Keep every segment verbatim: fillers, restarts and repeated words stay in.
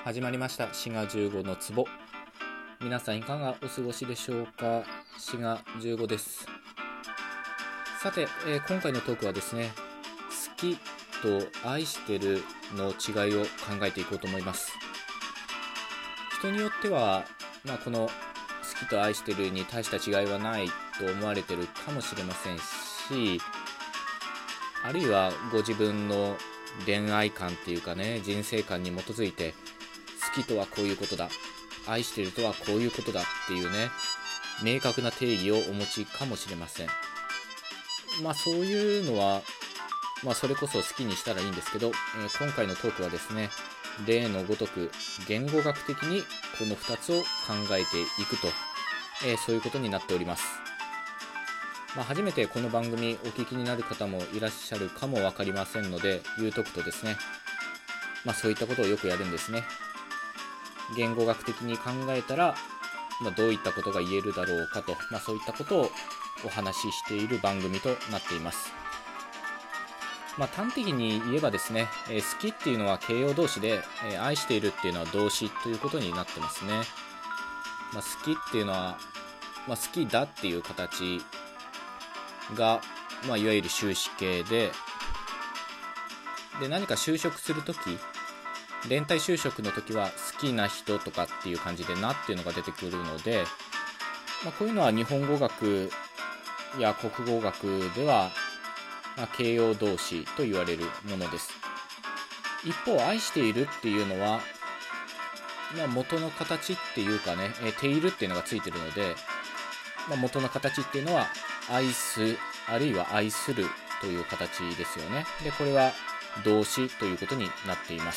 始まりました滋賀じゅうごの壺。皆さんいかがお過ごしでしょうか。滋賀じゅうごです。さて、えー今回のトークはですね、好きと愛してるの違いを考えていこうと思います。人によっては、まあ、この好きと愛してるに大した違いはないと思われてるかもしれませんし、あるいはご自分の恋愛観っていうかね、人生観に基づいて好きとはこういうことだ、愛してるとはこういうことだっていうね、明確な定義をお持ちかもしれません。まあそういうのは、まあそれこそ好きにしたらいいんですけど、えー今回のトークはですね、例のごとく言語学的にこのふたつを考えていくと、えーそういうことになっております。まあ、初めてこの番組お聞きになる方もいらっしゃるかも分かりませんので、言うとくとですね、まあそういったことをよくやるんですね。言語学的に考えたら、まあ、どういったことが言えるだろうかと、まあ、そういったことをお話ししている番組となっています。まあ、端的に言えばですね、えー好きっていうのは形容動詞で、えー愛しているっていうのは動詞ということになってますね。まあ、好きっていうのは、まあ、好きだっていう形が、まあ、いわゆる終止形で、で何か就職するとき、連帯就職の時は好きな人とかっていう感じでなっていうのが出てくるので、まあ、こういうのは日本語学や国語学では、まあ、形容動詞と言われるものです。一方、愛しているっていうのは、まあ、元の形っていうかね、えーているっていうのがついてるので、まあ、元の形っていうのは愛す、あるいは愛するという形ですよね。で、これは動詞ということになっています。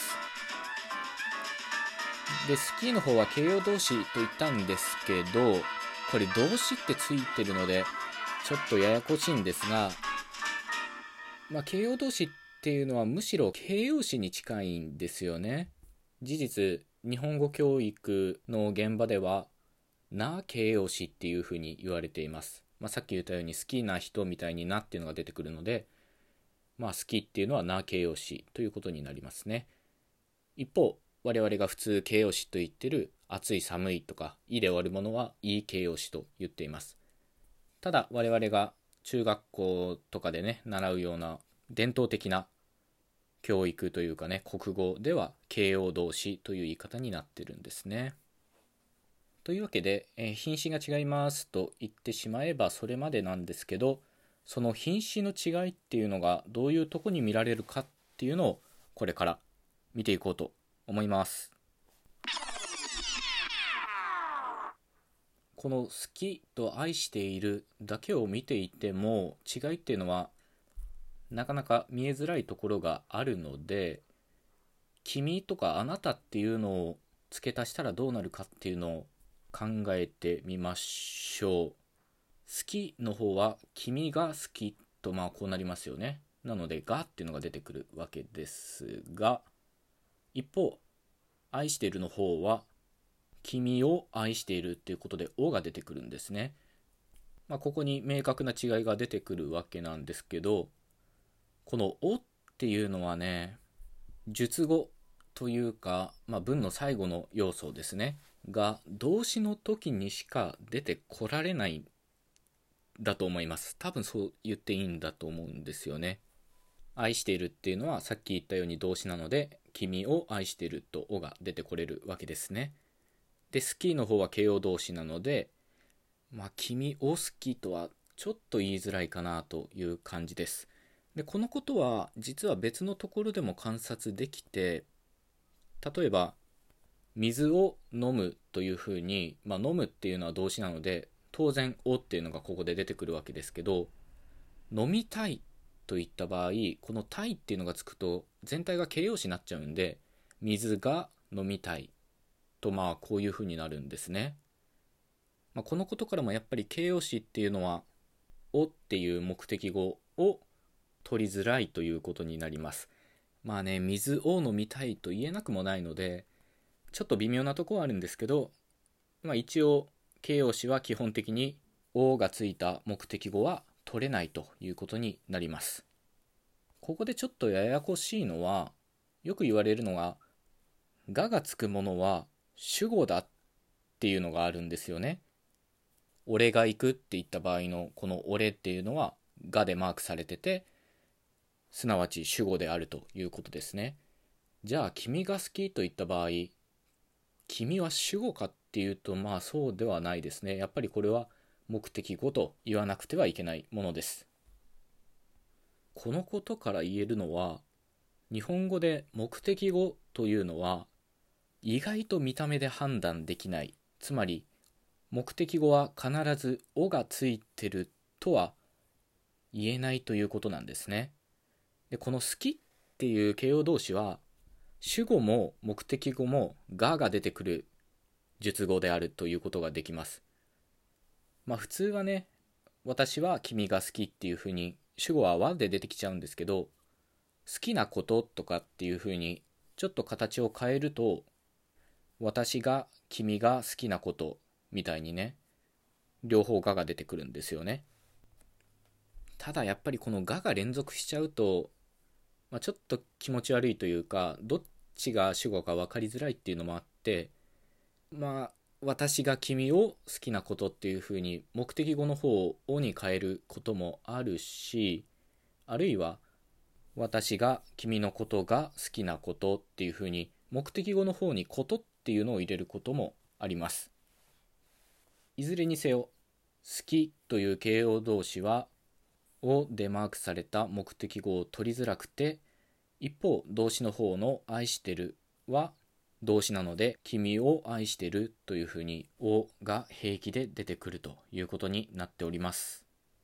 で、スキーの方は形容動詞と言ったんですけど、これ動詞ってついてるのでちょっとややこしいんですが、まあ、形容動詞っていうのはむしろ形容詞に近いんですよね。事実、日本語教育の現場ではな形容詞っていうふうに言われています。まあ、さっき言ったように好きな人みたいになっていうのが出てくるので、まあ、好きっていうのはな形容詞ということになりますね。一方、我々が普通形容詞と言ってる暑い寒いとかいで終わるものはいい形容詞と言っています。ただ我々が中学校とかでね習うような伝統的な教育というかね、国語では形容動詞という言い方になってるんですね。というわけで、えー品詞が違いますと言ってしまえばそれまでなんですけど、その品詞の違いっていうのがどういうとこに見られるかっていうのをこれから見ていこうと思います。この好きと愛しているだけを見ていても違いっていうのはなかなか見えづらいところがあるので、君とかあなたっていうのを付け足したらどうなるかっていうのを考えてみましょう。好きの方は君が好きと、まあこうなりますよね。なのでがっていうのが出てくるわけですが、一方愛しているの方は君を愛しているっていうことでおが出てくるんですね。まあ、ここに明確な違いが出てくるわけなんですけど、このおっていうのはね、述語というか、まあ、文の最後の要素ですねが動詞の時にしか出てこられないんだと思います。多分そう言っていいんだと思うんですよね。愛しているっていうのはさっき言ったように動詞なので、君を愛しているとおが出てこれるわけですね。で、好きの方は形容動詞なので、まあ、君を好きとはちょっと言いづらいかなという感じです。で、このことは実は別のところでも観察できて、例えば、水を飲むというふうに、まあ、飲むっていうのは動詞なので、当然、おっていうのがここで出てくるわけですけど、飲みたいといった場合、このたいっていうのがつくと、全体が形容詞になっちゃうんで、水が飲みたいと、まあ、こういうふうになるんですね。まあ、このことからもやっぱり形容詞っていうのはおっていう目的語を取りづらいということになります。まあね、水を飲みたいと言えなくもないのでちょっと微妙なところはあるんですけど、まあ、一応形容詞は基本的におがついた目的語は取れないということになります。ここでちょっとややこしいのは、よく言われるのがががつくものは主語だっていうのがあるんですよね。俺が行くって言った場合のこの俺っていうのはがでマークされてて、すなわち主語であるということですね。じゃあ君が好きといった場合、君は主語かっていうと、まあそうではないですね。やっぱりこれは目的語と言わなくてはいけないものです。このことから言えるのは、日本語で目的語というのは意外と見た目で判断できない。つまり目的語は必ずおがついてるとは言えないということなんですね。で、この好きっていう形容動詞は主語も目的語もがが出てくる述語であるということができます。まあ普通はね、私は君が好きっていうふうに主語はわで出てきちゃうんですけど、好きなこととかっていうふうにちょっと形を変えると、私が君が好きなことみたいにね、両方がが出てくるんですよね。ただやっぱりこのがが連続しちゃうと、まあ、ちょっと気持ち悪いというか、どっちが主語か分かりづらいっていうのもあって、まあ私が君を好きなことっていうふうに目的語の方をおに変えることもあるし、あるいは私が君のことが好きなことっていうふうに目的語の方にことっていうのを入れることもあります。いずれにせよ、好きという形容動詞はをでマークされた目的語を取りづらくて、一方動詞の方の愛してるは動詞なので、君を愛してるというふうにおが平気で出てくるということになっております。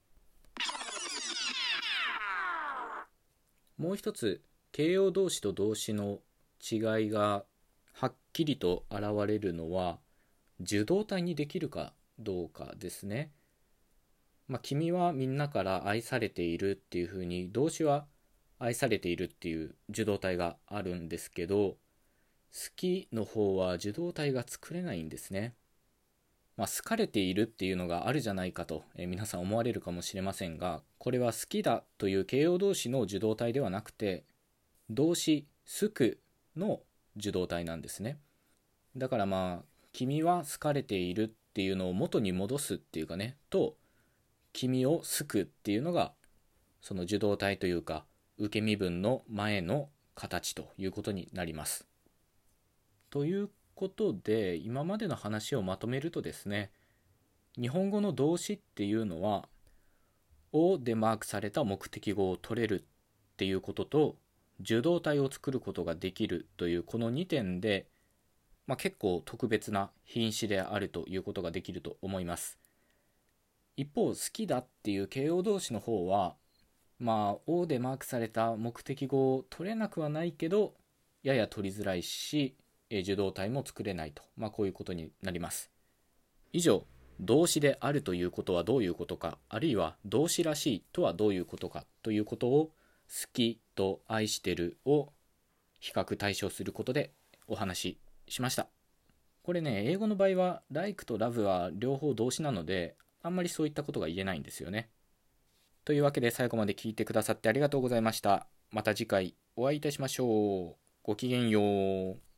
もう一つ、形容動詞と動詞の違いがはっきりと現れるのは受動体にできるかどうかですね。まあ、君はみんなから愛されているっていうふうに動詞は愛されているっていう受動体があるんですけど、好きの方は受動体が作れないんですね。まあ、好かれているっていうのがあるじゃないかと、えー皆さん思われるかもしれませんが、これは好きだという形容動詞の受動体ではなくて、動詞好くの受動体なんですね。だからまあ君は好かれているっていうのを元に戻すっていうかね、と君を好くっていうのがその受動体というか受け身分の前の形ということになります。ということで、今までの話をまとめるとですね、日本語の動詞っていうのはおでマークされた目的語を取れるっていうことと、受動体を作ることができるというこのにてんで、まあ、結構特別な品詞であるということができると思います。一方、好きだっていう形容動詞の方は、まあ「お」でマークされた目的語を取れなくはないけど、やや取りづらいし、受動体も作れないと、まあ、こういうことになります。以上、動詞であるということはどういうことか、あるいは動詞らしいとはどういうことかということを、好きと愛してるを比較対象することでお話ししました。これね、英語の場合は like と love は両方動詞なので、あんまりそういったことが言えないんですよね。というわけで、最後まで聞いてくださってありがとうございました。また次回お会いいたしましょう。ごきげんよう。